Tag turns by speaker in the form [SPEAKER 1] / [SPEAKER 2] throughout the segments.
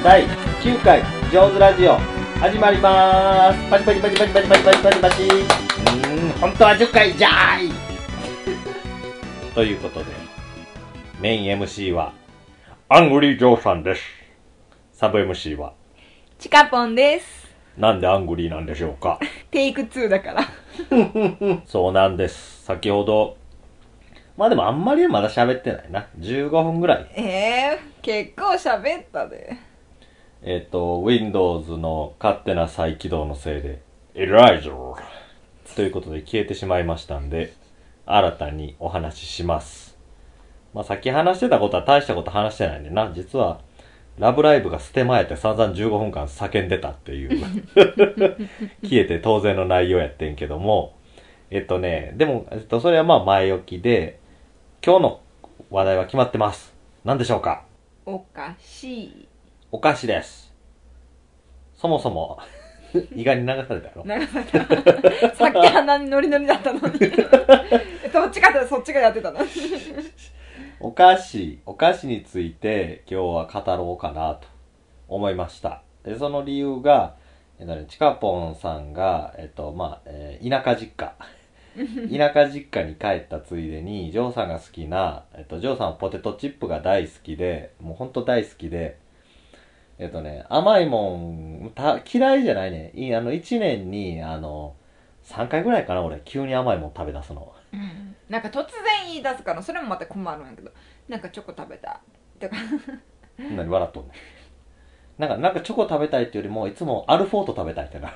[SPEAKER 1] 第9回上手ラジオ始まりまーす。パチパチパチパチパチパチパチパチパチ。本当は10回じゃーいということで、メイン MC はアングリージョーさんです。サブ MC は
[SPEAKER 2] チカポンです。
[SPEAKER 1] なんでアングリーなんでしょうか。
[SPEAKER 2] テイク2だから
[SPEAKER 1] そうなんです。先ほどまあでもあんまりまだ喋ってないな。15分ぐらい。
[SPEAKER 2] 結構喋ったで。
[SPEAKER 1] Windows の勝手な再起動のせいでエライザーということで消えてしまいましたんで、新たにお話しします。まあさっき話してたことは大したこと話してないんでな。実はラブライブが捨て前って散々15分間叫んでたっていう消えて当然の内容やってんけども、でも、それはまあ前置きで、今日の話題は決まってます。何でしょうか。
[SPEAKER 2] おかしい。
[SPEAKER 1] お菓子です。そもそも意外に流されたやろ。
[SPEAKER 2] 流された。さっきあんなにノリノリだったのにどっちかってそっちがやってたの
[SPEAKER 1] お菓子について今日は語ろうかなと思いました。でその理由が、ちかぽんさんが、田舎実家に帰ったついでに、ジョーさんが好きな、ジョーさんはポテトチップが大好きで、もうほんと大好きで、甘いもん、嫌いじゃないね。1年に、3回ぐらいかな、俺、急に甘いもん食べ出すの。
[SPEAKER 2] なんか突然言い出すから、それもまた困るんやけど、なんかチョコ食べた。とか
[SPEAKER 1] 何笑っとんねん。なんかチョコ食べたいっていうよりも、いつもアルフォート食べたいってな。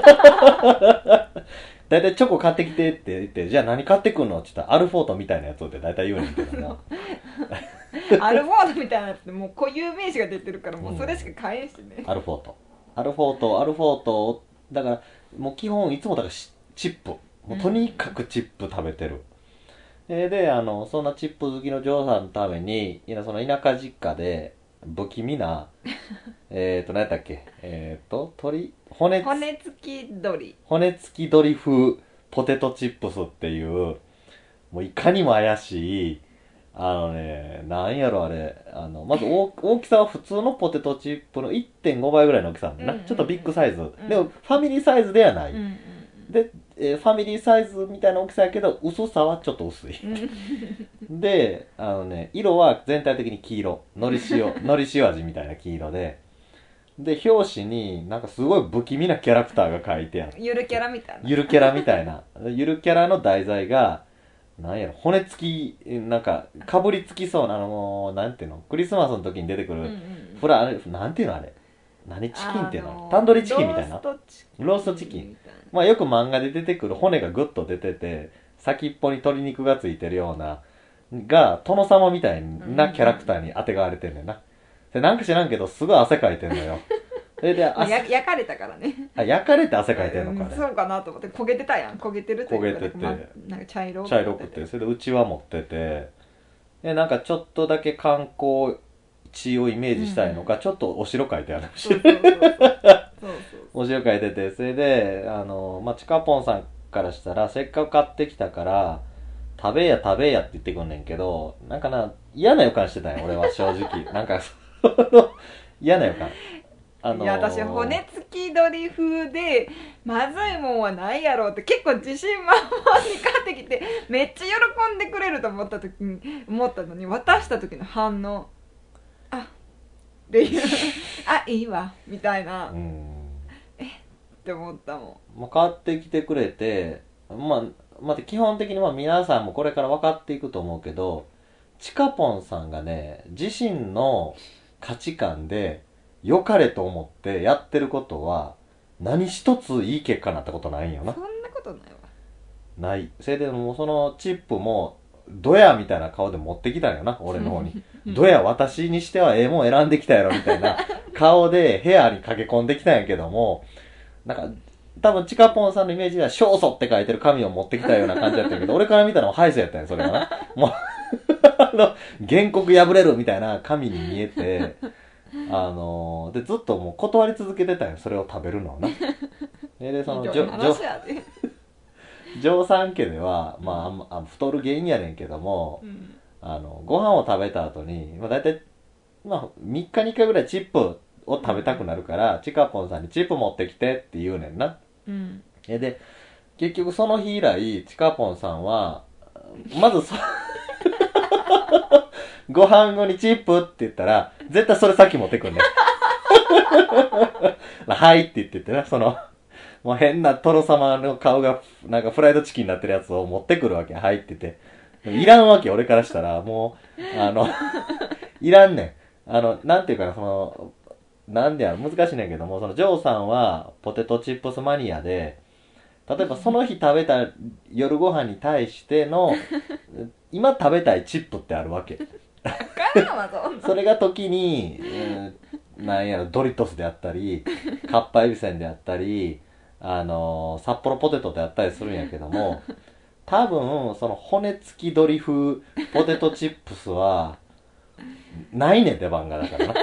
[SPEAKER 1] だいたいチョコ買ってきてって言って、じゃあ何買ってくんのって言ったら、アルフォートみたいなやつってだいたい言うねんけども。
[SPEAKER 2] アルフォートみたいなやつってもう固有名詞が出てるから、もうそれしか買えんしね。
[SPEAKER 1] アルフォート。だから、もう基本いつもだからチップ。もうとにかくチップ食べてる。で、そんなチップ好きのジョーさんのために、その田舎実家で、不気味な、何やったっけ、骨付き鶏風ポテトチップスっていう、もういかにも怪しい、なんやろあれ、まず大きさは普通のポテトチップの 1.5 倍ぐらいの大きさなんだな。ちょっとビッグサイズ。でも、ファミリーサイズではない。で、ファミリーサイズみたいな大きさやけど、薄さはちょっと薄い。で、色は全体的に黄色。のり塩味みたいな黄色で、で、表紙になんかすごい不気味なキャラクターが書いてある。
[SPEAKER 2] ゆるキャラみたいな。
[SPEAKER 1] ゆるキャラの題材が、なんやろ、骨付き、なんか、かぶりつきそうな、なんていうの、クリスマスの時に出てくる、なんていうのあれ。何チキンっていうの、タンドリーチキンみたいな。ローストチキン。まあよく漫画で出てくる骨がグッと出てて、先っぽに鶏肉がついてるような、が、殿様みたいなキャラクターに当てがわれてんねんな。で、なんか知らんけど、すごい汗かいてんのよ。それで
[SPEAKER 2] 焼かれたからね。
[SPEAKER 1] 焼かれて汗かいてんのかね。
[SPEAKER 2] そうかなと思って、焦げてたやん。焦げてるというか、なんか茶色
[SPEAKER 1] くて、それでうちわ持ってて、で、なんかちょっとだけ観光地をイメージしたいのか、ちょっとお城書いてあるし。お城書いてて、それで、ちかぽんさんからしたら、せっかく買ってきたから、食べやって言ってくんねんけど、なんかな、嫌な予感してたんよ、俺は正直。なんか、嫌な予感。
[SPEAKER 2] いや、私骨付き鶏風でまずいもんはないやろうって結構自信満々に買ってきて、めっちゃ喜んでくれると思ったのに、渡した時の反応、あっていうあ、いいわみたいな、って思ったもん。
[SPEAKER 1] まあ、買ってきてくれて、また基本的に皆さんもこれから分かっていくと思うけど、ちかぽんさんがね、自身の価値観で良かれと思ってやってることは何一ついい結果になったことないんよな。
[SPEAKER 2] そんなことないわ。
[SPEAKER 1] ない。それでもうそのチップもドヤみたいな顔で持ってきたんよな、俺の方に。ドヤ、私にしてはええもん選んできたやろみたいな顔で部屋に駆け込んできたんやけども、なんか多分チカポンさんのイメージでは勝訴って書いてる紙を持ってきたような感じだったけど、俺から見たらハイセやったんよ、それがな。もう原告破れるみたいな紙に見えて、でずっともう断り続けてたんよ、それを食べるのをな。でそのジョーさん家では、太る原因やねんけども、ご飯を食べた後に、だいたい3日に1回ぐらいチップを食べたくなるから、ちかぽんさんにチップ持ってきてって言うねんな。で、結局その日以来、ちかぽんさんは、まずご飯後にチップって言ったら、絶対それ先持ってくんねん。はいって言っててな、もう変なトロ様の顔が、なんかフライドチキンになってるやつを持ってくるわけ。はいって言って。いらんわけ、俺からしたら。もう、いらんねん。なんていうかな、なんでやろ、難しいねんけども、ジョーさんはポテトチップスマニアで、例えばその日食べた夜ご飯に対しての、今食べたいチップってあるわけ。それが時に、なんやろ、ドリトスであったり、カッパエビセンであったり、札幌ポテトであったりするんやけども、多分、骨付き鶏風ポテトチップスは、ないねん、出番がだからな。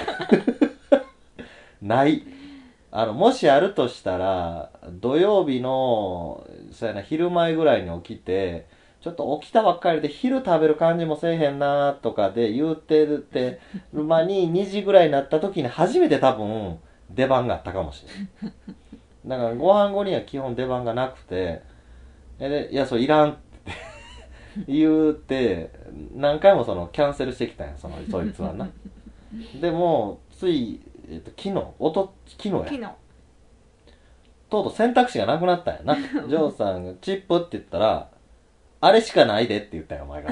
[SPEAKER 1] ない。もしあるとしたら、土曜日の、そうやな、昼前ぐらいに起きて、ちょっと起きたばっかりで昼食べる感じもせえへんなとかで言うてる間に2時ぐらいになった時に初めて多分出番があったかもしれない。だからご飯後には基本出番がなくて、で、いや、それいらんって言うて、何回もキャンセルしてきたんや、そいつはな。でも、つい、昨日や。とうとう選択肢がなくなったんやな。ジョーさんがチップって言ったら、あれしかないでって言ったよ、お前が。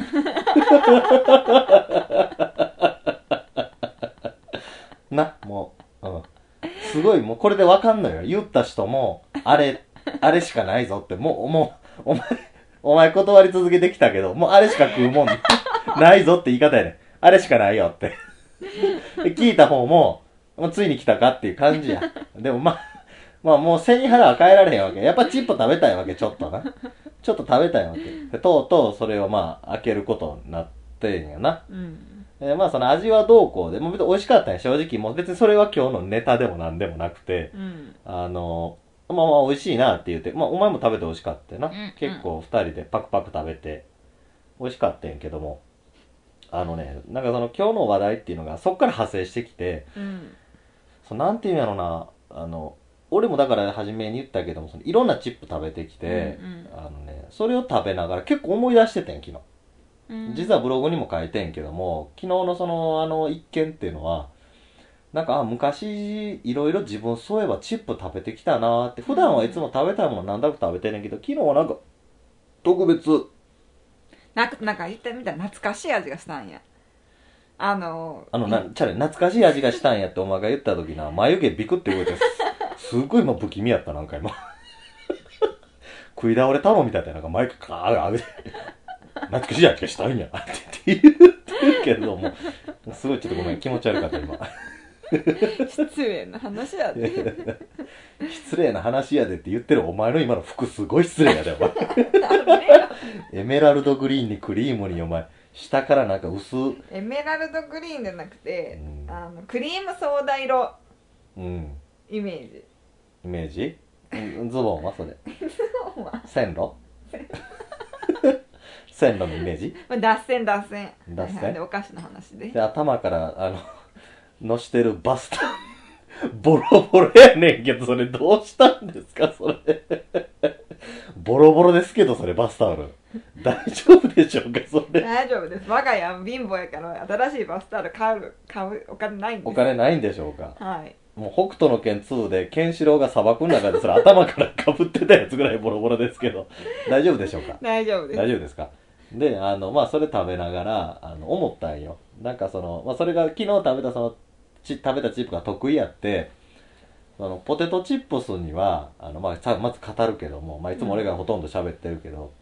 [SPEAKER 1] な、もう、すごい、もうこれでわかんのよ。言った人も、あれしかないぞって、もう、お前断り続けてきたけど、もうあれしか食うもんないぞって言い方やねん。あれしかないよって。聞いた方も、ついに来たかっていう感じや。でもまあもう背に腹は変えられへんわけ。やっぱチップ食べたいわけ、ちょっとな。ちょっと食べたいわけ。でとうとうそれを開けることになってんやな。その味はどうこうで、もう別に美味しかったんや、正直。もう別にそれは今日のネタでもなんでもなくて、美味しいなって言って、お前も食べて美味しかったよな。結構二人でパクパク食べて、美味しかったんやけども、なんか今日の話題っていうのがそっから派生してきて、なんていうんやろな、俺もだから初めに言ったけども、いろんなチップ食べてきて、それを食べながら結構思い出しててん、昨日。実はブログにも書いてんけども、昨日の一件っていうのは、なんか、昔、いろいろ自分そういえばチップ食べてきたなーって、普段はいつも食べたいものなんだか食べてんねんけど、昨日はなんか、特別。
[SPEAKER 2] なんか言ってみたら懐かしい味がしたんや。
[SPEAKER 1] 懐かしい味がしたんやってお前が言った時な、眉毛ビクって動いて、すっごい不気味やった、なんか今。食い倒れ太郎みたいな、なんか眉毛カーッ上げて、懐かしい味がしたんやって言ってるけども、すごいちょっとごめん、気持ち悪かった今。
[SPEAKER 2] 失礼な話やで。
[SPEAKER 1] 失礼な話やでって言ってるお前の今の服すごい失礼やで、お前。エメラルドグリーンにクリームにお前、下からなんか薄
[SPEAKER 2] エメラルドグリーンじゃなくて、クリームソーダ色、イメージ、
[SPEAKER 1] ズボンはそれ
[SPEAKER 2] ズボンは
[SPEAKER 1] 線路線路のイメージ、
[SPEAKER 2] 脱線
[SPEAKER 1] で
[SPEAKER 2] お菓子の話で
[SPEAKER 1] 頭からのしてるバスタボロボロやねんけど、それどうしたんですか、それ。ボロボロですけど、それバスタオル。大丈夫でしょうか、それ。
[SPEAKER 2] 大丈夫です。我が家は貧乏やから新しいバスタオル買うお金ないんです。
[SPEAKER 1] お金ないんでしょうか。
[SPEAKER 2] はい。
[SPEAKER 1] もう北斗の拳2でケンシロウが砂漠の中でそれ頭からかぶってたやつぐらいボロボロですけど、大丈夫でしょうか。
[SPEAKER 2] 大丈夫です。
[SPEAKER 1] 大丈夫ですか。で、それ食べながら、思ったんよ。なんかそれが昨日食べた食べたチップが得意やって、ポテトチップスには、まず語るけども、いつも俺がほとんど喋ってるけど、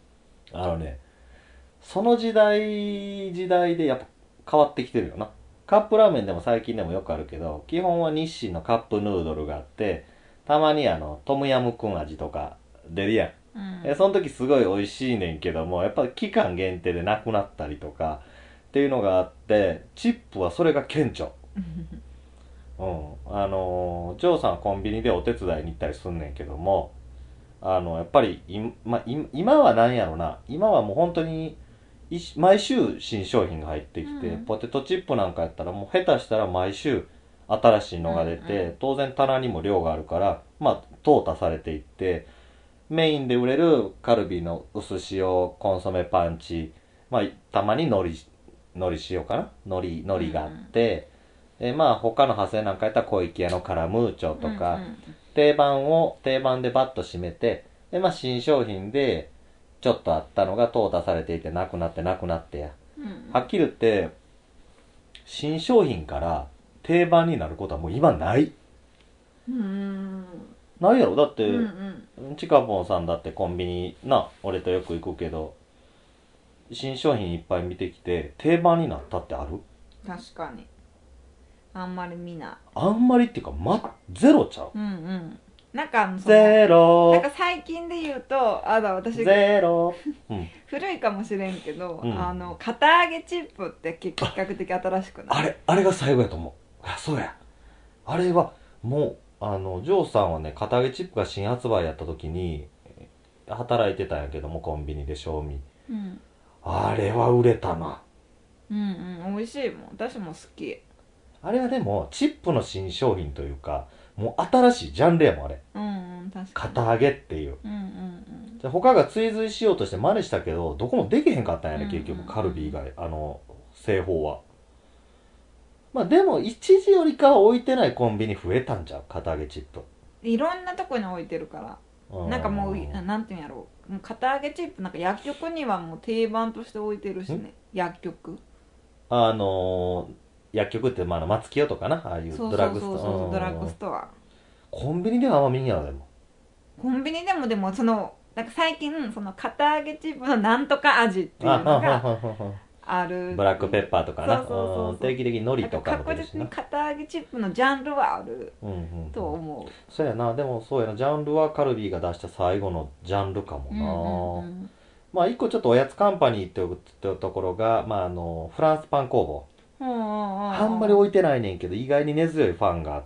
[SPEAKER 1] その時代でやっぱ変わってきてるよな。カップラーメンでも最近でもよくあるけど、基本は日清のカップヌードルがあって、たまにトムヤムクン味とか出るやん。その時すごい美味しいねんけども、やっぱり期間限定でなくなったりとかっていうのがあって、チップはそれが顕著。ジョーさんはコンビニでお手伝いに行ったりすんねんけども、やっぱり今は何やろな、今はもう本当に毎週新商品が入ってきて、ポテトチップなんかやったらもう下手したら毎週新しいのが出て、
[SPEAKER 2] うんうん
[SPEAKER 1] 当然棚にも量があるからまあ淘汰されていって、メインで売れるカルビーの薄塩コンソメパンチ、まあたまに海苔塩かな、海苔があって、まあ他の派生なんかやったら小池屋のカラムーチョとか、定番でバッと締めて、でまあ新商品でちょっとあったのが淘汰されていてなくなってや、はっきり言って新商品から定番になることはもう今ないないやろ。だって、ちかぽんさんだってコンビニな、俺とよく行くけど新商品いっぱい見てきて定番になったってある？
[SPEAKER 2] 確かにあんまり見ない。
[SPEAKER 1] あんまりっていうかゼロちゃう？
[SPEAKER 2] なんか
[SPEAKER 1] ゼロ
[SPEAKER 2] なんか最近で言うと私
[SPEAKER 1] ゼロ、
[SPEAKER 2] 古いかもしれんけど、
[SPEAKER 1] うん
[SPEAKER 2] 堅揚げチップって比較的新しくない？
[SPEAKER 1] あれが最後やと思う。そうや、あれはもうジョーさんはね、堅揚げチップが新発売やった時に働いてたんやけども、コンビニで賞味、あれは売れたな。
[SPEAKER 2] 美味しいもん、私も好き。
[SPEAKER 1] あれはでもチップの新商品というか、もう新しいジャンルやもんあれ。
[SPEAKER 2] 確かに
[SPEAKER 1] 堅揚げっていう、他が追随しようとして真似したけどどこもできへんかったんやね、結局カルビ以外製法は。まあでも一時よりかは置いてないコンビニ増えたんちゃう、堅揚げチップ。
[SPEAKER 2] いろんなとこに置いてるから、なんかもうなんていうんやろう、もう堅揚げチップなんか薬局にはもう定番として置いてるしね。薬局
[SPEAKER 1] 薬局って松清とかな、ああいうドラッグストア、
[SPEAKER 2] ドラッグストア。
[SPEAKER 1] コンビニではあんま見んやろ。でも
[SPEAKER 2] コンビニでもなんか最近その堅揚げチップのなんとか味っていうのがある。
[SPEAKER 1] ブラックペッパーとかな、
[SPEAKER 2] そう
[SPEAKER 1] 定期的に海苔とかも
[SPEAKER 2] 確実に堅揚げチップのジャンルはあると思う。
[SPEAKER 1] そうやな。でもそうやな、ジャンルはカルビーが出した最後のジャンルかもな。まあ一個ちょっとおやつカンパニーっていうところが、フランスパン工房、あんまり置いてないねんけど意外に根強いファンがあって、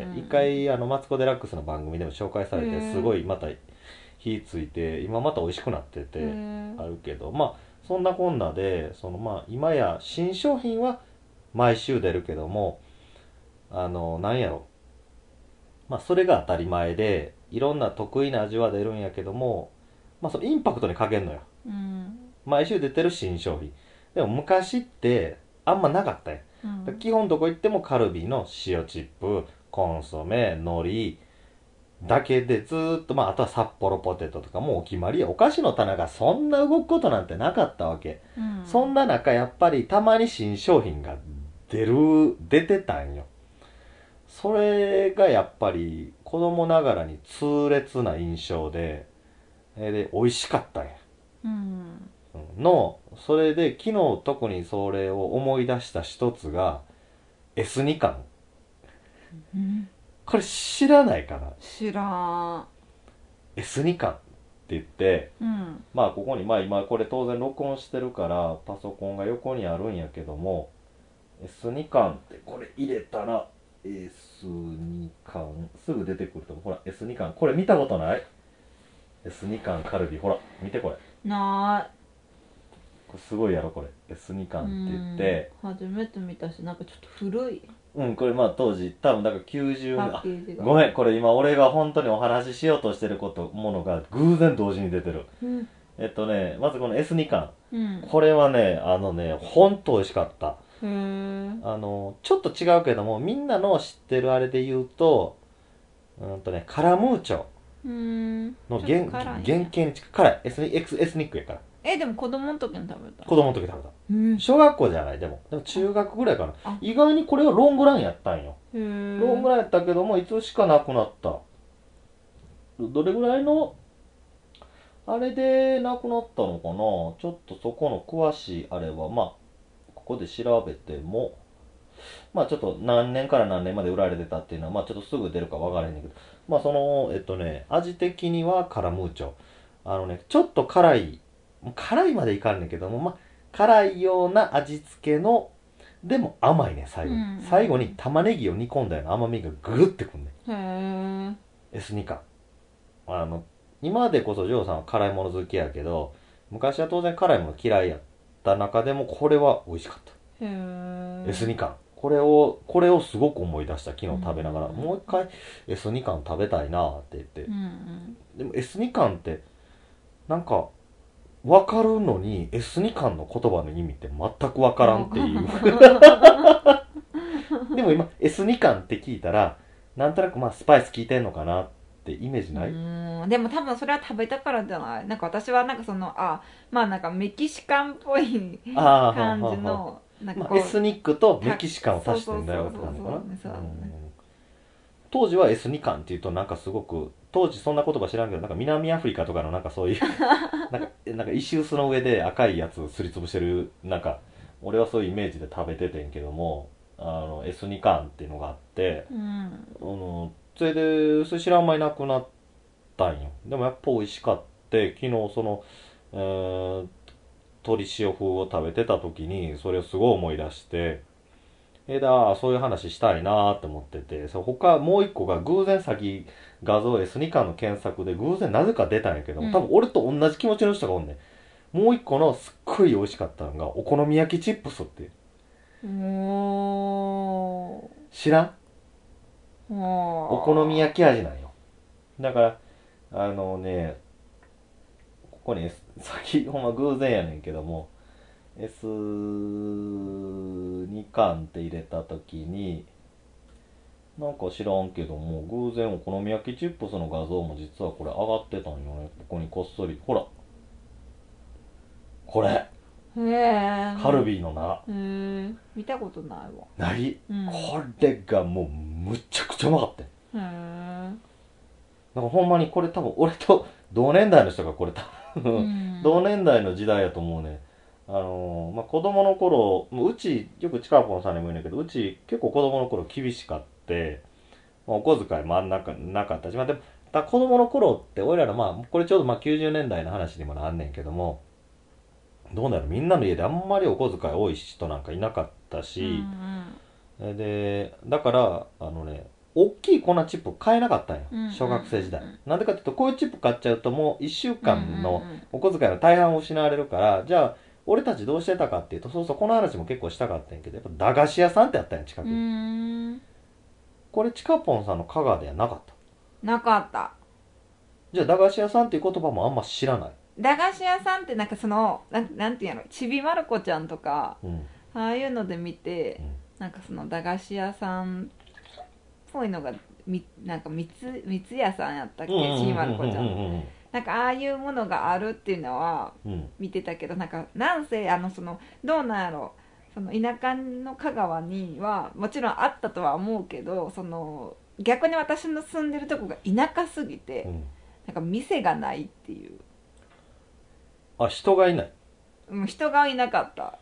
[SPEAKER 1] 一回マツコ・デラックスの番組でも紹介されて、すごいまた火ついて今また美味しくなっててあるけど、そんなこんなで今や新商品は毎週出るけども、なんやろ、それが当たり前でいろんな得意な味は出るんやけども、そのインパクトに欠けんのよ、毎週出てる新商品。でも昔ってあんまなかったよ、基本どこ行ってもカルビーの塩チップ、コンソメ、海苔だけでずーっと、あとは札幌ポテトとかもお決まりや。お菓子の棚がそんな動くことなんてなかったわけ、そんな中やっぱりたまに新商品が出てたんよ。それがやっぱり子供ながらに痛烈な印象で美味しかったんや、それで昨日特にそれを思い出した一つがエスニカン、これ知らないかな。
[SPEAKER 2] 知らん。
[SPEAKER 1] エスニカンって言って、ここに今これ当然録音してるからパソコンが横にあるんやけども、エスニカンってこれ入れたらエスニカンすぐ出てくると思う。ほらエスニカン、これ見たことない？エスニカンカルビ、ほら見てこれ。
[SPEAKER 2] な
[SPEAKER 1] これすごいやろこれ。エスニカンって言って、
[SPEAKER 2] 初めて見たし、なんかちょっと古い。
[SPEAKER 1] これ当時多分だから90
[SPEAKER 2] パッケージが。
[SPEAKER 1] ごめん、これ今俺が本当にお話ししようとしてるものが偶然同時に出てる。まずこのエスニカン、これはね本当美味しかった。ちょっと違うけどもみんなの知ってるあれで言うとカラムーチョの原型に近い辛いエスニックやから。
[SPEAKER 2] でも子供の時に食べた。
[SPEAKER 1] 子供の時食べた。小学校じゃない、でも中学ぐらいかな。意外にこれはロングランやったんよ。ロングランやったけどもいつしかなくなった。どれぐらいのあれでなくなったのかな。ちょっとそこの詳しいあれはここで調べてもちょっと何年から何年まで売られてたっていうのはちょっとすぐ出るか分からへんねんけど、その味的にはカラムーチョ、ちょっと辛いまでいかんねんけども辛いような味付けの、でも甘いね最後に、最後に玉ねぎを煮込んだような甘みがぐるってくんねん。エスニカン、今でこそジョーさんは辛いもの好きやけど昔は当然辛いもの嫌いやった中でもこれは美味しかった。エスニカン、 これをすごく思い出した、昨日食べながら、
[SPEAKER 2] うん
[SPEAKER 1] もう一回エスニカン食べたいなって言って、
[SPEAKER 2] うん
[SPEAKER 1] でもエスニカンってなんか分かるのにエスニカンの言葉の意味って全く分からんっていうでも今エスニカンって聞いたらなんとなくまあスパイス効いてんのかなってイメージない、
[SPEAKER 2] でも多分それは食べたからじゃない。なんか私はなんかそのまあなんかメキシカンっぽい
[SPEAKER 1] あー
[SPEAKER 2] 感じ
[SPEAKER 1] ははは
[SPEAKER 2] のなんか
[SPEAKER 1] まあ、
[SPEAKER 2] こう、
[SPEAKER 1] エスニックとメキシカンを足してんだよって感じかな。
[SPEAKER 2] そうだね
[SPEAKER 1] 当時はエスニカンっていうとなんかすごく当時そんな言葉知らんけどなんか南アフリカとかのなんかそういうなんか石臼の上で赤いやつすりつぶしてるなんか俺はそういうイメージで食べててんけどもエスニカンっていうのがあってそれでそれ知らん間になくなったんよ。でもやっぱ美味しかって昨日その、鶏塩風を食べてた時にそれをすごい思い出してそういう話したいなーって思ってて、他もう一個が偶然先画像エスニカンの検索で偶然なぜか出たんやけど、多分俺と同じ気持ちの人がおんねん。もう一個のすっごい美味しかったのがお好み焼きチップスって。知らん？お好み焼き味なんよ。だからここに先ほんま偶然やねんけどもエスニカンって入れた時になんか知らんけども偶然お好み焼きチップスの画像も実はこれ上がってたんよね。ここにこっそりほらこれカルビーのな
[SPEAKER 2] 見たことないわ。
[SPEAKER 1] ない、これがもうむちゃくちゃうまかったなんかほんまにこれ多分俺と同年代の人がこれ多分同年代の時代やと思うね。まあ、子供の頃うちよく近ぽんさんにも言うんだけどうち結構子供の頃厳しかって、まあ、お小遣い真ん中なかったし、まあ、でも子供の頃って俺らのまあこれちょうどまあ90年代の話にもなんねんけどもどうなるみんなの家であんまりお小遣い多い人なんかいなかったし、でだから大きい粉チップ買えなかったんよ、小学生時代。なんでかっていうとこういうチップ買っちゃうともう1週間のお小遣いの大半を失われるから、じゃあ俺たちどうしてたかっていうとそうこの話も結構したかったんやけどやっぱ駄菓子屋さんってあったんや近くに。これちかぽんさんの香川ではなかった？
[SPEAKER 2] なかった。
[SPEAKER 1] じゃあ駄菓子屋さんっていう言葉もあんま知らない？
[SPEAKER 2] 駄菓子屋さんってなんかそのなんていうのちびまる子ちゃんとか、ああいうので見て、なんかその駄菓子屋さんっぽいのがなんかみつ屋さんやったっけ、ちびまる子ちゃん、なんかああいうものがあるっていうのは見てたけど、なんせそのどうなんやろ、その田舎の香川にはもちろんあったとは思うけど、その逆に私の住んでるとこが田舎すぎて、なんか店がないっていう。
[SPEAKER 1] 人がいない？
[SPEAKER 2] 人がいなかった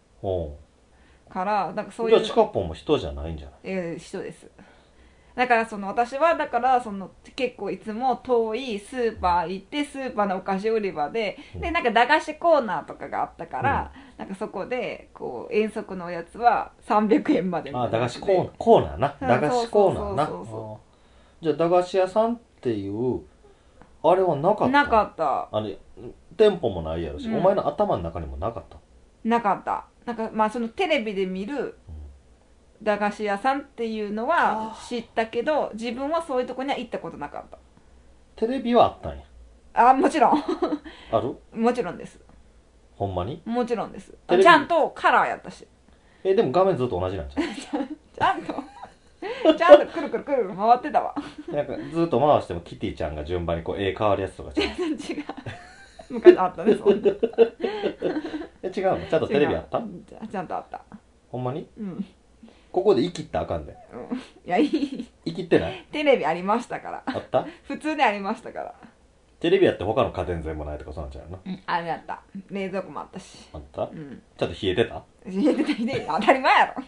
[SPEAKER 2] からなんかそういう。
[SPEAKER 1] じゃあちかぽんも人じゃないんじゃない？
[SPEAKER 2] 人です。だから私はだから結構いつも遠いスーパー行ってスーパーのお菓子売り場で、なんか駄菓子コーナーとかがあったから、なんかそこでこう遠足のやつは300円までみたいな。
[SPEAKER 1] 駄菓子コーナーな、駄菓子コーナーな。じゃあ駄菓子屋さんっていうあれはなかった？
[SPEAKER 2] なかった。
[SPEAKER 1] 店舗もないやろし、お前の頭の中にもなかった？
[SPEAKER 2] なかった。なんかまあそのテレビで見る駄菓子屋さんっていうのは知ったけど、自分はそういうとこには行ったことなかった。
[SPEAKER 1] テレビはあったんや？
[SPEAKER 2] もちろん
[SPEAKER 1] ある？
[SPEAKER 2] もちろんです。
[SPEAKER 1] ほんまに？
[SPEAKER 2] もちろんです。ちゃんとカラーやったし。
[SPEAKER 1] でも画面ずっと同じなんじゃん
[SPEAKER 2] ちゃんとくるくるくるくる回ってたわ。
[SPEAKER 1] なんかずっと回してもキティちゃんが順番にこう変わるやつとか
[SPEAKER 2] 違う昔あったね、そんな。
[SPEAKER 1] 違うの？ちゃんとテレビあった？
[SPEAKER 2] ちゃんとあった。
[SPEAKER 1] ほんまに？ここで生きったらあかんで。
[SPEAKER 2] いや、
[SPEAKER 1] 生きってない？
[SPEAKER 2] テレビありましたから。
[SPEAKER 1] あった？
[SPEAKER 2] 普通にありましたから。
[SPEAKER 1] テレビやって他の家電全部ないとかそうなんちゃうの？
[SPEAKER 2] あれやった。冷蔵庫もあったし。
[SPEAKER 1] あった？ちょっと冷えてた？
[SPEAKER 2] 冷えてた、当たり前や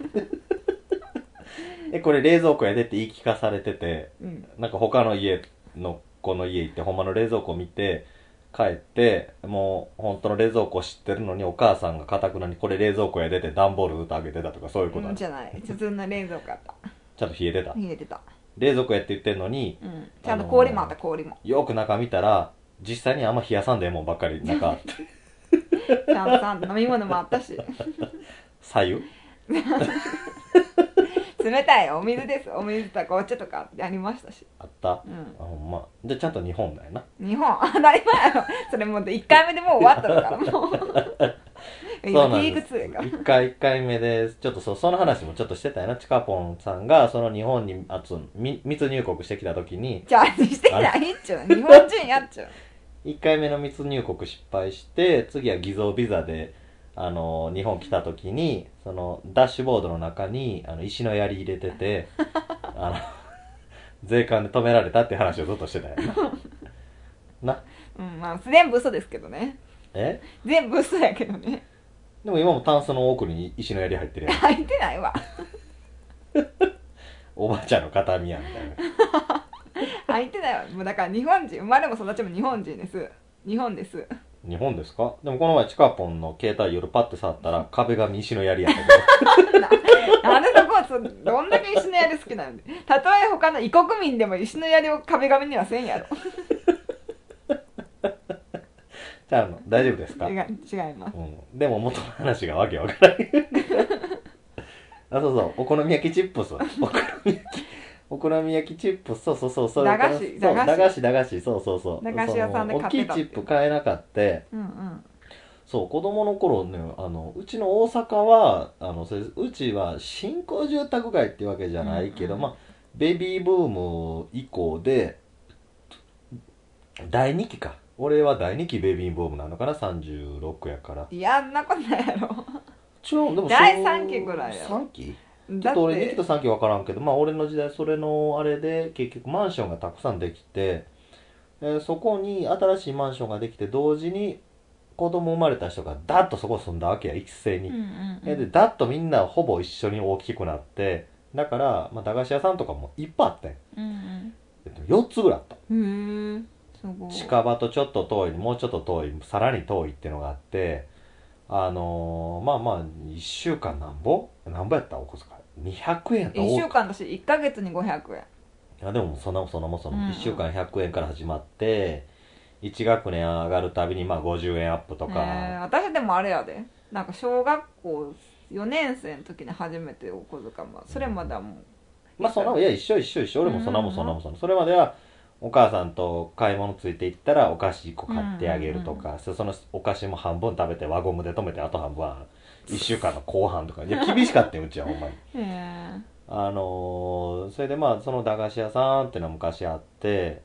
[SPEAKER 1] ろ。これ冷蔵庫やでって言い聞かされてて、なんか他の家の子の家行ってほんまの冷蔵庫見て帰ってもう本当の冷蔵庫知ってるのにお母さんがかたくなにこれ冷蔵庫やでって段ボールずっとあげてたとかそういうこと
[SPEAKER 2] じゃない。普通の冷蔵庫あった。
[SPEAKER 1] ちゃんと冷えてた？
[SPEAKER 2] 冷えてた。
[SPEAKER 1] 冷蔵庫やって言ってんのに、
[SPEAKER 2] ちゃんと氷もあった。氷も
[SPEAKER 1] よく中見たら実際にあんま冷やさんでええもんばっかり中あって
[SPEAKER 2] ちゃんと飲み物もあったし
[SPEAKER 1] 左右
[SPEAKER 2] 冷たいお水です。お水とかお茶とかありましたし。
[SPEAKER 1] あった、
[SPEAKER 2] うん
[SPEAKER 1] あほんまじゃあちゃんと日本だよな。
[SPEAKER 2] 日本当たり前やろ。それもう1回目でもう終わったのからもう今
[SPEAKER 1] そうなん
[SPEAKER 2] ピー
[SPEAKER 1] です
[SPEAKER 2] ク2やから
[SPEAKER 1] 1回目でちょっとその話もちょっとしてたよな。ちかぽんさんがその日本に密入国してきた時に
[SPEAKER 2] じゃあしてないっちゅう日本人やっちゅう
[SPEAKER 1] 1回目の密入国失敗して次は偽造ビザで日本来た時にそのダッシュボードの中に石の槍入れてて税関で止められたっていう話をずっとしてたよな
[SPEAKER 2] うんまあ全部嘘ですけどね。
[SPEAKER 1] え
[SPEAKER 2] 全部嘘やけどね。
[SPEAKER 1] でも今もタンスの奥に石の槍入ってるやん
[SPEAKER 2] 入ってないわ
[SPEAKER 1] おばあちゃんの形見やみたいな
[SPEAKER 2] 入ってないわ。もうだから日本人、生まれも育ちも日本人です。日本です。
[SPEAKER 1] 日本ですか？でもこの前チカポンの携帯夜パッて触ったら壁紙石の槍やったけど
[SPEAKER 2] なんでそこどんだけ石の槍好きなんで。たとえ他の異国民でも石の槍を壁紙にはせんやろ。
[SPEAKER 1] じゃあ大丈夫ですか？
[SPEAKER 2] 違います。
[SPEAKER 1] でも元の話がわけわからないあ、そうそう、お好み焼きチップスお好み焼きチップス、そう
[SPEAKER 2] 駄菓子
[SPEAKER 1] そう駄菓子そう
[SPEAKER 2] 駄菓子屋さんで買ってたって
[SPEAKER 1] 大きいチップ買えなかった。
[SPEAKER 2] うん
[SPEAKER 1] そう子供の頃ねうちの大阪はうちは新興住宅街っていうわけじゃないけど、まあベビーブーム以降で第2期か。俺は第2期ベビーブームなのかな、36やから。
[SPEAKER 2] いやんなことないやろ。
[SPEAKER 1] でも
[SPEAKER 2] 第3期ぐらいやろ。
[SPEAKER 1] 3期ちょっと俺2期と3期分からんけど、まあ俺の時代それのあれで結局マンションがたくさんできて、そこに新しいマンションができて同時に子供生まれた人がダッとそこ住んだわけや、一斉に。でダッとみんなほぼ一緒に大きくなって、だから、まあ、駄菓子屋さんとかもいっぱいあって、4つぐらいあった。
[SPEAKER 2] すごい。
[SPEAKER 1] 近場とちょっと遠い、もうちょっと遠い、さらに遠いっていうのがあって、まあ1週間なんぼやったお小遣い200円と
[SPEAKER 2] 1週間だし1ヶ月に500円。
[SPEAKER 1] いやでもその1週間100円から始まって1学年上がるたびにまあ50円アップとか、
[SPEAKER 2] 私でもあれやで、なんか小学校4年生の時に初めてお小遣いもそれまではもう
[SPEAKER 1] まあいや一緒俺もそんなもんそれまではお母さんと買い物ついていったらお菓子1個買ってあげるとか、そのお菓子も半分食べて輪ゴムで止めてあと半分は1週間の後半とか、いや厳しかったようちはほんまにそれでまあその駄菓子屋さんっていうのは昔あって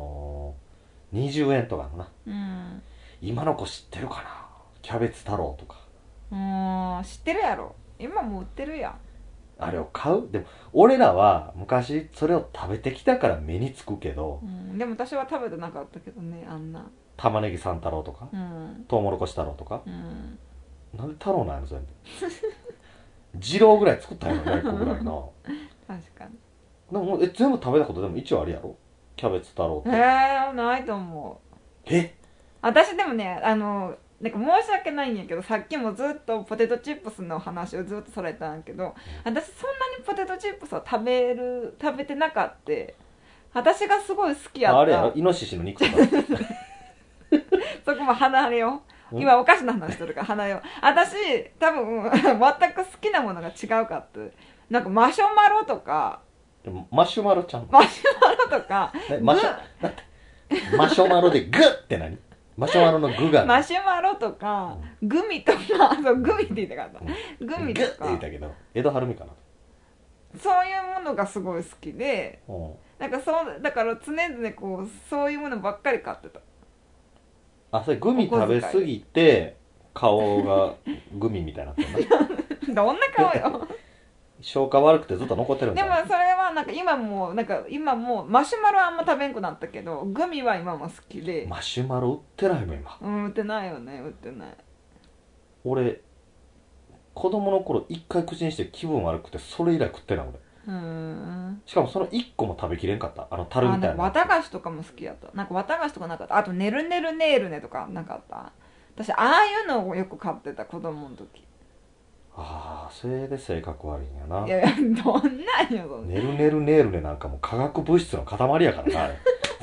[SPEAKER 1] 20円とかのな、今の子知ってるかな、キャベツ太郎とか
[SPEAKER 2] 知ってるやろ、今もう売ってるやん。
[SPEAKER 1] あれを買う。でも俺らは昔それを食べてきたから目につくけど、
[SPEAKER 2] でも私は食べてなかったけどね、あんな
[SPEAKER 1] 玉ねぎ三太郎とか、トウモロコシ太郎とか、なんで太郎なんやろ全部二郎ぐらい作ったんやろね1個ぐらいな
[SPEAKER 2] 確かに。
[SPEAKER 1] でも全部食べたことでも一応あるやろ、キャベツ太郎って。
[SPEAKER 2] ないと思う。私でもね、なんか申し訳ないんやけど、さっきもずっとポテトチップスの話をずっとされたんやけど、私そんなにポテトチップスを食べてなかった。私がすごい好きやった。
[SPEAKER 1] あれやろ、イノシシの肉とか
[SPEAKER 2] そこも離れよう。今お菓子の話しとるから離れよう。私多分全く好きなものが違うかって。なんかマシュマロとか、
[SPEAKER 1] マシュマロちゃん
[SPEAKER 2] マシュマロとか
[SPEAKER 1] マシュマロでグッって何、マシュマロの具が
[SPEAKER 2] マシュマロとかグミとか、そうグミって言いたかった、グミとか
[SPEAKER 1] グッって言ったけど江戸晴美かな、
[SPEAKER 2] そういうものがすごい好きで、なんかそうだから常々こうそういうものばっかり買ってた。
[SPEAKER 1] あ、それグミ食べ過ぎて顔がグミみたいになってる
[SPEAKER 2] どんな顔よ
[SPEAKER 1] 消化悪くてずっと残ってるん
[SPEAKER 2] で
[SPEAKER 1] だ。
[SPEAKER 2] もそれはなんか今もマシュマロはあんま食べんくなったけど、グミは今も好きで。
[SPEAKER 1] マシュマロ売ってないもん今。
[SPEAKER 2] 売ってないよね、売ってない。
[SPEAKER 1] 俺子供の頃一回口にして気分悪くてそれ以来食ってない俺。しかもその1個も食べきれんかった。樽みたいな。
[SPEAKER 2] 綿菓子とかも好きやった。なんか綿菓子とかなかった。あとねるねるねーるねとかなかった。私ああいうのをよく買ってた、子供の時。
[SPEAKER 1] ああ、それで性格悪いんやな。
[SPEAKER 2] いやいや、どんなんよそんな。
[SPEAKER 1] ねるねるねるねなんかもう化学物質の塊やからなあれ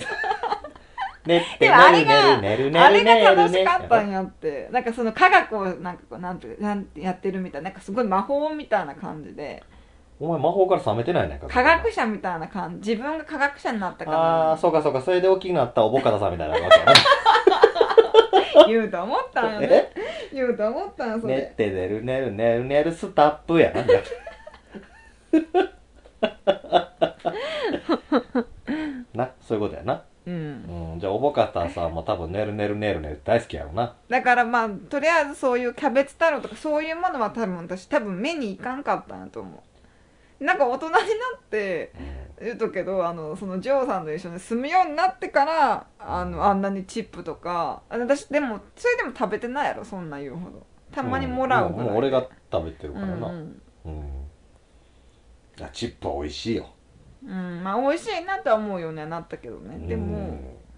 [SPEAKER 2] でもあれが楽しかったんやって。なんかその科学をなんかこうなんてやってるみたいな、なんかすごい魔法みたいな感じで。
[SPEAKER 1] お前魔法から覚めてないねんか。
[SPEAKER 2] 科学者みたいな感じ。自分が科学者になったから。
[SPEAKER 1] ああ、そうかそうか。それで大きくなったおぼかたさんみたいなわけやな。
[SPEAKER 2] 言うと思ったんよね。言うと思ったんよ、それ。
[SPEAKER 1] 寝て寝る寝る寝る寝るスタップやな。な、そういうことやな。
[SPEAKER 2] うん。
[SPEAKER 1] じゃあおぼかたさんも多分寝る寝る寝る寝る大好きやろな。
[SPEAKER 2] だからまあ、とりあえずそういうキャベツ太郎とかそういうものは私多分目にいかんかったんやと思う。なんか大人になって言うとけど、そのジョーさんと一緒に住むようになってからあんなにチップとか、私でもそれでも食べてないやろ、そんな言うほど。たまにもらうぐらいで。
[SPEAKER 1] もう俺が食べてるからな。
[SPEAKER 2] うん
[SPEAKER 1] いやチップは美味しいよ。
[SPEAKER 2] まあ美味しいなとは思うようにはなったけどね。でも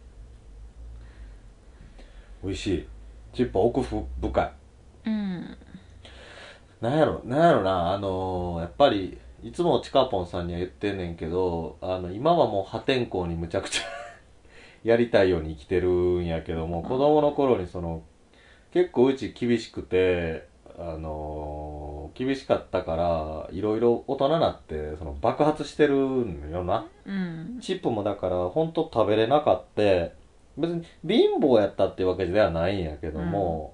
[SPEAKER 1] 美味しい。チップは奥深い。
[SPEAKER 2] うん
[SPEAKER 1] なんやろな、やっぱりいつもちかぽんさんには言ってんねんけど、今はもう破天荒にむちゃくちゃやりたいように生きてるんやけども、子供の頃に結構うち厳しくて、厳しかったからいろいろ大人になって爆発してるんよな。チップもだからほんと食べれなかった。別に貧乏やったっていうわけではないんやけども、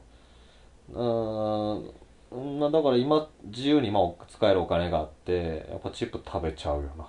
[SPEAKER 1] だから今自由に使えるお金があってやっぱチップ食べちゃうよな。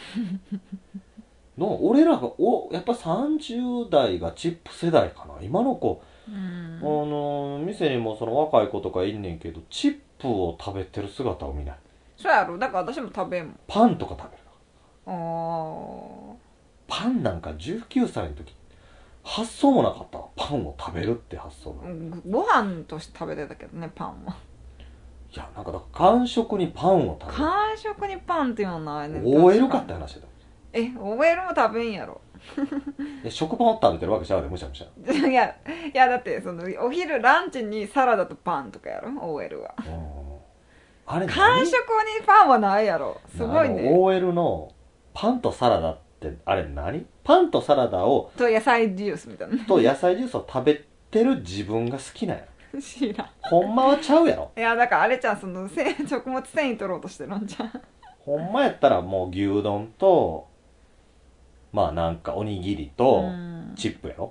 [SPEAKER 1] 俺らがやっぱ30代がチップ世代かな今の子。店にも若い子とかいんねんけどチップを食べてる姿を見ない。
[SPEAKER 2] そうやろ。だから私も食べんもん。
[SPEAKER 1] パンとか食べる
[SPEAKER 2] あ
[SPEAKER 1] パンなんか19歳の時発想もなかったわ。パンを食べるって発想が。
[SPEAKER 2] ご飯として食べてたけどね、パンは。
[SPEAKER 1] いやなんかだから間食にパンを食べる。
[SPEAKER 2] 間食にパンっていうのはないね。
[SPEAKER 1] OL かって話だ。
[SPEAKER 2] OL も食べんやろ。
[SPEAKER 1] 食パンを食べてるわけちゃうでむしゃむしゃ。
[SPEAKER 2] いやだってお昼ランチにサラダとパンとかやろ OL は。
[SPEAKER 1] あれ
[SPEAKER 2] 間食にパンはないやろ。すごいね。
[SPEAKER 1] OL のパンとサラダってあれ何？パンとサラダを
[SPEAKER 2] と野菜ジュースみたいな
[SPEAKER 1] と野菜ジュースを食べてる自分が好きなんや。
[SPEAKER 2] 知らん。
[SPEAKER 1] ほんまはちゃうやろ。
[SPEAKER 2] いやだからあれちゃん食物繊維取ろうとしてるんじゃん。
[SPEAKER 1] ほんまやったらもう牛丼となんかおにぎりとチップやろ。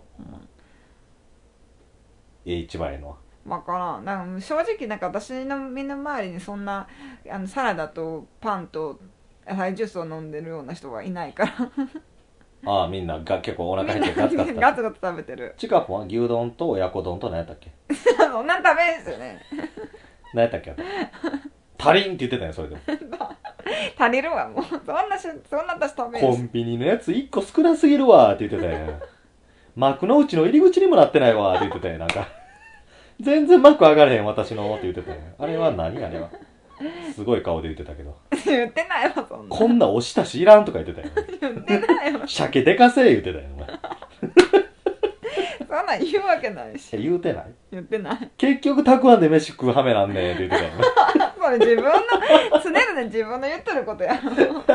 [SPEAKER 1] 一番ええのは
[SPEAKER 2] わからん。なんか正直なんか私の身の回りにそんなサラダとパンと野菜ジュースを飲んでるような人はいないから。
[SPEAKER 1] ああみんなが結構お腹減ってガツガツ
[SPEAKER 2] ガツガツ食べてる。
[SPEAKER 1] ちかぽんは牛丼と親子丼と何やったっけ？
[SPEAKER 2] そんなん食べんすよね。
[SPEAKER 1] 何やったっけ？足りんって言ってたよそれでも。
[SPEAKER 2] 足りるわもう。そんな私食べんし。
[SPEAKER 1] コンビニのやつ1個少なすぎるわって言ってたよ。幕の内の入り口にもなってないわって言ってたよ。なんか全然幕上がれへん私のって言ってたよ。あれは何あれは。すごい顔で言ってたけど。
[SPEAKER 2] 言ってないわそんな。
[SPEAKER 1] こんな押したしいらんとか言ってたよ。
[SPEAKER 2] 言ってないわ。
[SPEAKER 1] 鮭でかせ言ってたよ。お前
[SPEAKER 2] そんなん言うわけないし。
[SPEAKER 1] 言うてない？
[SPEAKER 2] 言ってない。
[SPEAKER 1] 結局たくあんで飯食うはめなんねんって言ってたよ。
[SPEAKER 2] それ自分の常々自分の言ってることやろ。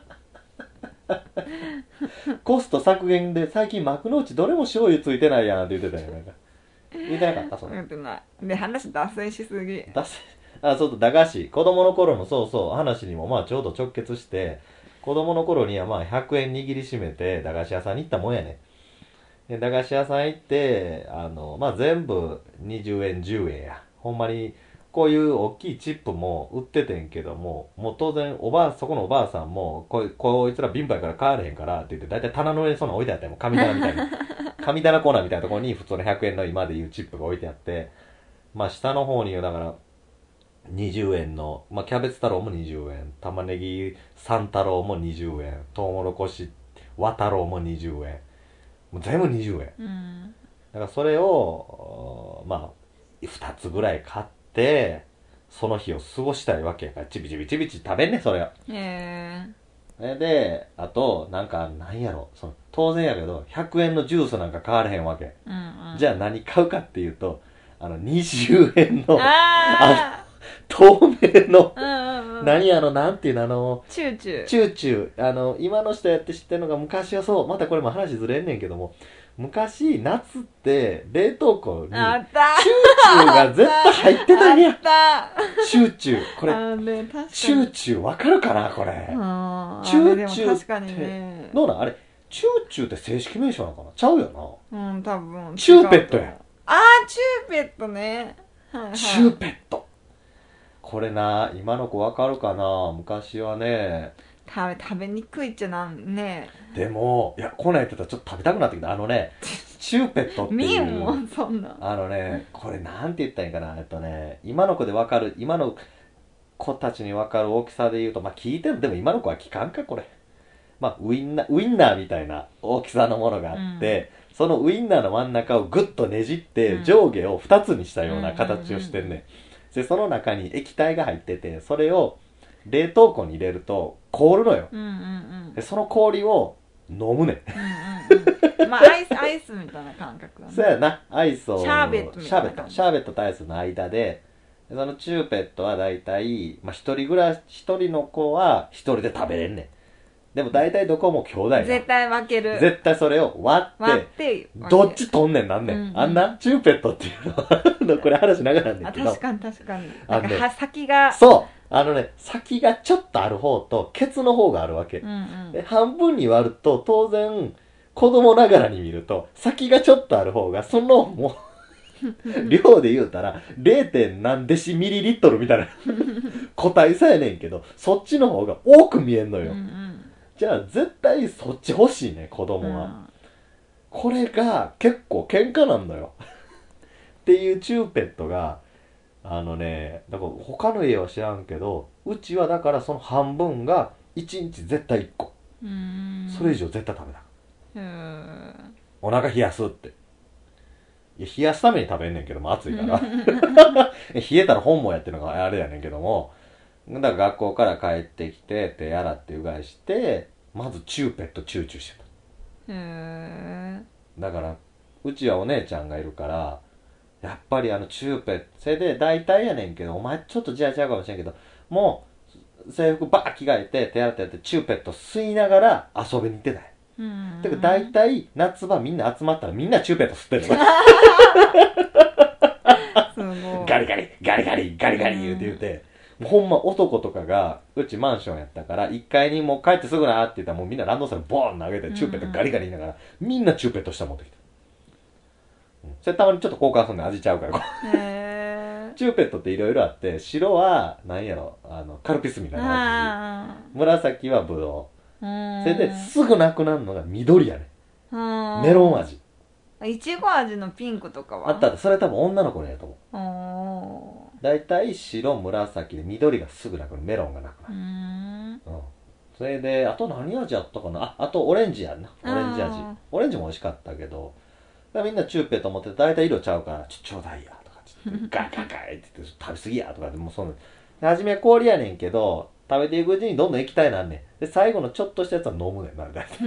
[SPEAKER 1] コスト削減で最近幕の内どれも醤油ついてないやんって言ってたよ。なんか言ってなかったそれ。
[SPEAKER 2] 言ってない。で話脱線しすぎ。
[SPEAKER 1] そう駄菓子子供の頃の話にもちょうど直結して、子供の頃には100円握りしめて駄菓子屋さんに行ったもんやね。で駄菓子屋さん行って全部20円10円や。ほんまにこういう大きいチップも売っててんけども、もう当然そこのおばあさんもこいつら貧乏やから買われへんからって言って、だいたい棚の上にそんな置いてあっても神棚みたいな神棚コーナーみたいなところに普通の100円の今でいうチップが置いてあって、下の方にだから20円の、キャベツ太郎も20円、玉ねぎ三太郎も20円、トウモロコシ和太郎も20円、もう全部20円、だからそれを2つぐらい買ってその日を過ごしたいわけやから、ちびちびちびち食べんねそれは。であとなんやろ、当然やけど100円のジュースなんか買われへんわけ、じゃあ何買うかっていうと20円の透明の、何なんていうの
[SPEAKER 2] チュー
[SPEAKER 1] チュー今の人やって知ってるのが、昔はまたこれも話ずれんねんけども、 昔夏って冷凍庫に
[SPEAKER 2] あった
[SPEAKER 1] チューチューが絶対入ってたんや。
[SPEAKER 2] あった
[SPEAKER 1] チューチュー。これ、
[SPEAKER 2] ね、確かに
[SPEAKER 1] チューチューわかるかなこれ。チ
[SPEAKER 2] チ
[SPEAKER 1] ューチューって
[SPEAKER 2] でも確かにね
[SPEAKER 1] どうなんあれ、チューチューって正式名称なのかなちゃうよな。
[SPEAKER 2] 多分
[SPEAKER 1] チューペットや。
[SPEAKER 2] チューペットね、はいはい、
[SPEAKER 1] チューペット。これな、今の子わかるかな昔はね、
[SPEAKER 2] 食べにくいっちゃなんね
[SPEAKER 1] でも、いや、こないやってたらちょっと食べたくなってきた。チューペットってい
[SPEAKER 2] 見んも
[SPEAKER 1] う。
[SPEAKER 2] んそんな
[SPEAKER 1] これなんて言ったらいいかな。今の子でわかる、今の子たちにわかる大きさで言うと、まあ聞いてる、でも今の子は聞かんか、これ。まあ、ウインナーみたいな大きさのものがあって、そのウインナーの真ん中をグッとねじって、上下を2つにしたような形をしてんね。で、その中に液体が入ってて、それを冷凍庫に入れると凍るのよ。で、その氷を飲むね。
[SPEAKER 2] まあアイスみたいな感覚だね。
[SPEAKER 1] そうやな、アイスを。
[SPEAKER 2] シャーベットみたいな感じ。
[SPEAKER 1] シャーベットとアイスの間で、そのチューペットはだいたい、まあ一人の子は一人で食べれんねん。でも大体どこも兄弟や。
[SPEAKER 2] 絶対分ける。
[SPEAKER 1] 絶対それを割って、どっち取んねんなんねん。あんなチューペットっていうのは、これ話長なんねんけど。
[SPEAKER 2] 確かに。なんか先が。
[SPEAKER 1] そう。先がちょっとある方と、ケツの方があるわけ。で半分に割ると、当然、子供ながらに見ると、先がちょっとある方が、その、もう、量で言うたら、0. 何デシミリリットルみたいな個体さやねんけど、そっちの方が多く見えんのよ。じゃあ絶対そっち欲しいね、子供は。これが結構喧嘩なんだよ。っていうチューペットが、だから他の家は知らんけど、うちはだからその半分が1日絶対1個。それ以上絶対食べた。お腹冷やすって。いや、冷やすために食べんねんけども、暑いから。冷えたら本望やってるのがあれやねんけども、だから学校から帰ってきて、手洗ってうがいして、まずチューペットチューチューしてた。だから、うちはお姉ちゃんがいるから、やっぱりチューペット、それで大体やねんけど、お前ちょっと違うかもしれんけど、もう、制服バー着替えて、手洗ってやって、チューペット吸いながら遊びに行ってたよ。てか大体、夏場みんな集まったらみんなチューペット吸ってるの。ガリガリ言うて、ほんま男とかが、うちマンションやったから、1階にもう帰ってすぐなって言ったらもうみんなランドセルボーン投げて、チューペットガリガリ言いながら、みんなチューペット下持ってきた。それたまにちょっと交換するの味ちゃうから。チューペットっていろいろあって、白は、カルピスみたいな味。紫はブドウ。それですぐなくなるのが緑やね。メロン味。
[SPEAKER 2] いちご味のピンクとかは
[SPEAKER 1] あった。それ多分女の子のやと思う。だいたい白、紫で緑がすぐなくなる。メロンがなくなる。それで、あと何味あったかなあとオレンジやんな。オレンジ味。オレンジも美味しかったけど、みんなチューペット持ってだいたい色ちゃうから、ちょうだいやとかって言って、ガリって言って、食べ過ぎやとかでもうそんな。初めは氷やねんけど、食べていくうちにどんどん液体なんねん。で、最後のちょっとしたやつは飲むねんな、だいたい。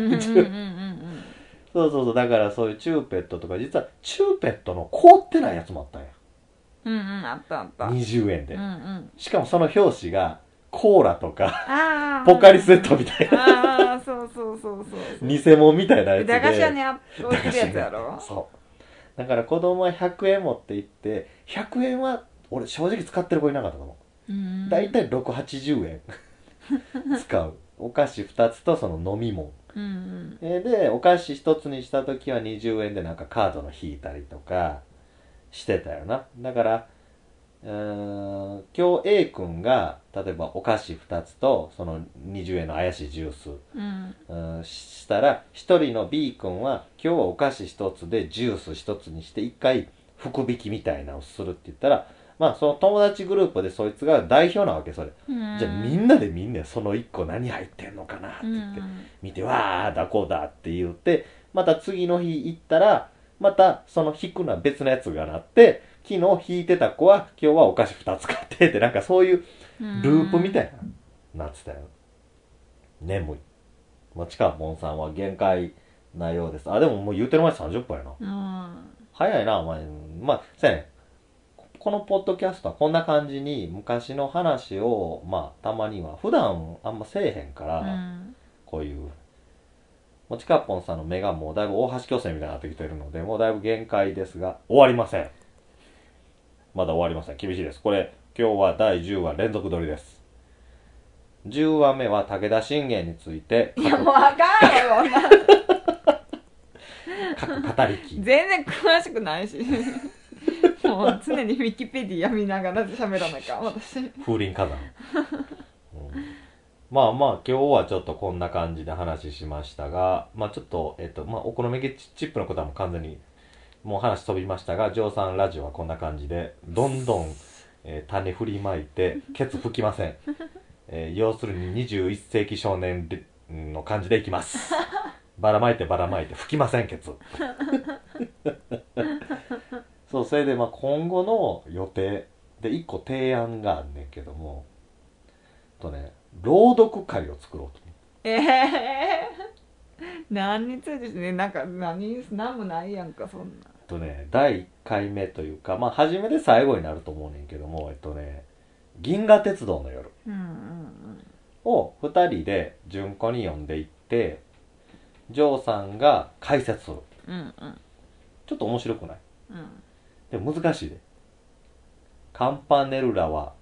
[SPEAKER 1] そう。だからそういうチューペットとか、実はチューペットの凍ってないやつもあったんや。
[SPEAKER 2] あった。
[SPEAKER 1] 20円で。しかもその表紙が、コーラとか、ポカリスエットみたいな。
[SPEAKER 2] そう。
[SPEAKER 1] 偽物みたいなやつで。
[SPEAKER 2] 駄菓子屋に置いてるやつやろ。
[SPEAKER 1] そう。だから子供は100円持って行って、100円は、俺正直使ってる子いなかったと思う。だいたい6、80円使う。お菓子2つとその飲み物。で、お菓子1つにした時は20円でなんかカードの引いたりとかしてたよな。だから、今日 A 君が例えばお菓子2つとその20円の怪しいジュース、したら1人の B 君は今日はお菓子1つでジュース1つにして1回福引きみたいなのをするって言ったら、まあその友達グループでそいつが代表なわけそれ。じゃあみんなでその1個何入ってんのかなって言って見て、わーだこうだって言って、また次の日行ったらまたその引くのは別のやつがなって、昨日引いてた子は今日はお菓子2つ買ってって、なんかそういうループみたいななってたよ。眠い。町川もんさんは限界なようです。あ、でももう言うてる前30分やな。早いなお前。まあそうやね。このポッドキャストはこんな感じに昔の話をまあたまには普段あんませえへんから、こういうもうちかっぽんさんの目がもうだいぶ大橋巨船みたいになってきてるので、もうだいぶ限界ですが、終わりません。まだ終わりません。厳しいです。これ、今日は第10話連続撮りです。10話目は武田信玄について
[SPEAKER 2] いやもうあかんよ
[SPEAKER 1] 各語りき。
[SPEAKER 2] 全然詳しくないしもう常にウィキペディア見ながら喋らなきゃ私
[SPEAKER 1] 風林火山、まあまあ今日はちょっとこんな感じで話しましたが、まあちょっとまあお好み焼きチップのことはもう完全にもう話飛びましたが、ジョーさんラジオはこんな感じでどんどん、種振りまいてケツ吹きません、要するに21世紀少年の感じでいきます。ばらまいてばらまいて吹きませんケツそう、それでまあ今後の予定で一個提案があんねんけども、朗読会を作ろうと。
[SPEAKER 2] 何についてですね、なんか何もないやんかそんな。
[SPEAKER 1] 第1回目というか、まあ初めで最後になると思うねんけども、銀河鉄道の夜を2人で順子に読んでいって、ジョーさんが解説する。ちょっと面白くない？でも難しいで。カンパネルラは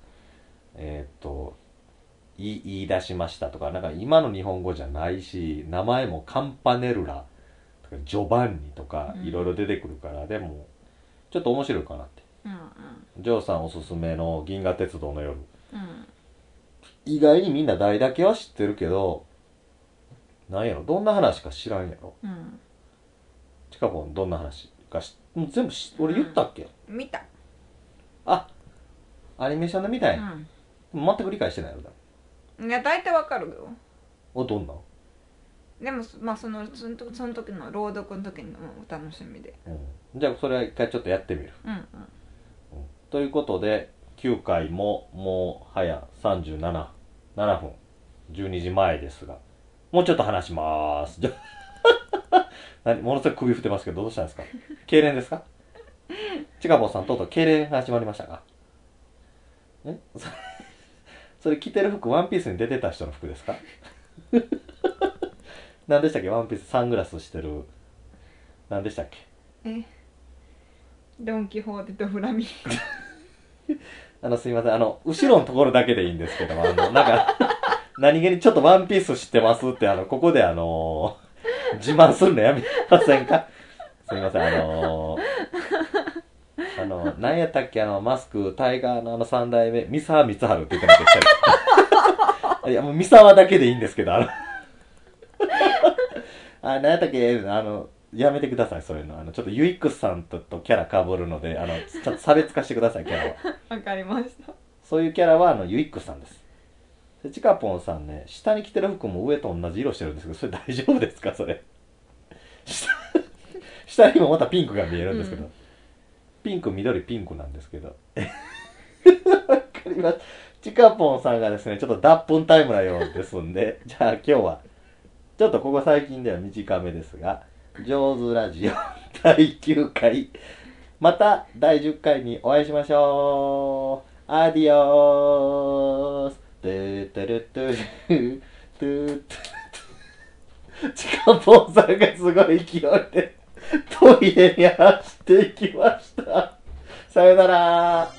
[SPEAKER 1] 言い出しましたとか、なんか今の日本語じゃないし、名前もカンパネルラとかジョバンニとかいろいろ出てくるから、でもちょっと面白いかなって、ジョーさんおすすめの銀河鉄道の夜、意外にみんな題だけは知ってるけど、なんやろ、どんな話か知らんやろ。ちかぽんどんな話かもう全部俺言ったっけ？
[SPEAKER 2] 見た。
[SPEAKER 1] あ、アニメーションで見たい、全く理解してないのだ。
[SPEAKER 2] いや大体わかるよ。
[SPEAKER 1] どんな？
[SPEAKER 2] でもまあその時の朗読の時のお楽しみで、
[SPEAKER 1] じゃあそれは一回ちょっとやってみる。ということで9回ももう早37分、12時前ですが、もうちょっと話しまーす。ものすごい首振ってますけど、どうしたんですか？痙攣ですか？ちかぽんさんとうとう痙攣始まりましたか？それ着てる服ワンピースに出てた人の服ですか？何でしたっけ？ワンピースサングラスしてる何でしたっけ？
[SPEAKER 2] ドン・キホーテとフラミン
[SPEAKER 1] ゴ。すいません、後ろのところだけでいいんですけど、なんか何気にちょっとワンピース知ってますってここで自慢するのやめませんか？すいません、何やったっけ、マスクタイガーの3代目三沢光晴って言ってなきゃいけない。いやもう三沢だけでいいんですけど、何やったっけ、やめてください、そういうの。ちょっとユイックスさんとキャラ被るので、ちょっと差別化してください、キャラは。
[SPEAKER 2] わかりました。
[SPEAKER 1] そういうキャラはユイックスさんです。でちかぽんさんね、下に着てる服も上と同じ色してるんですけど、それ大丈夫ですか？それ下にもまたピンクが見えるんですけど、ピンク緑ピンクなんですけどわかります。ちかぽんさんがですね、ちょっと脱粉タイムなようですんで、じゃあ今日はちょっとここ最近では短めですが、上手ラジオ第9回、また第10回にお会いしましょう。アディオース。トゥトゥルトゥルトゥちかぽんさんがすごい勢いでトイレに走っていきました。さよなら。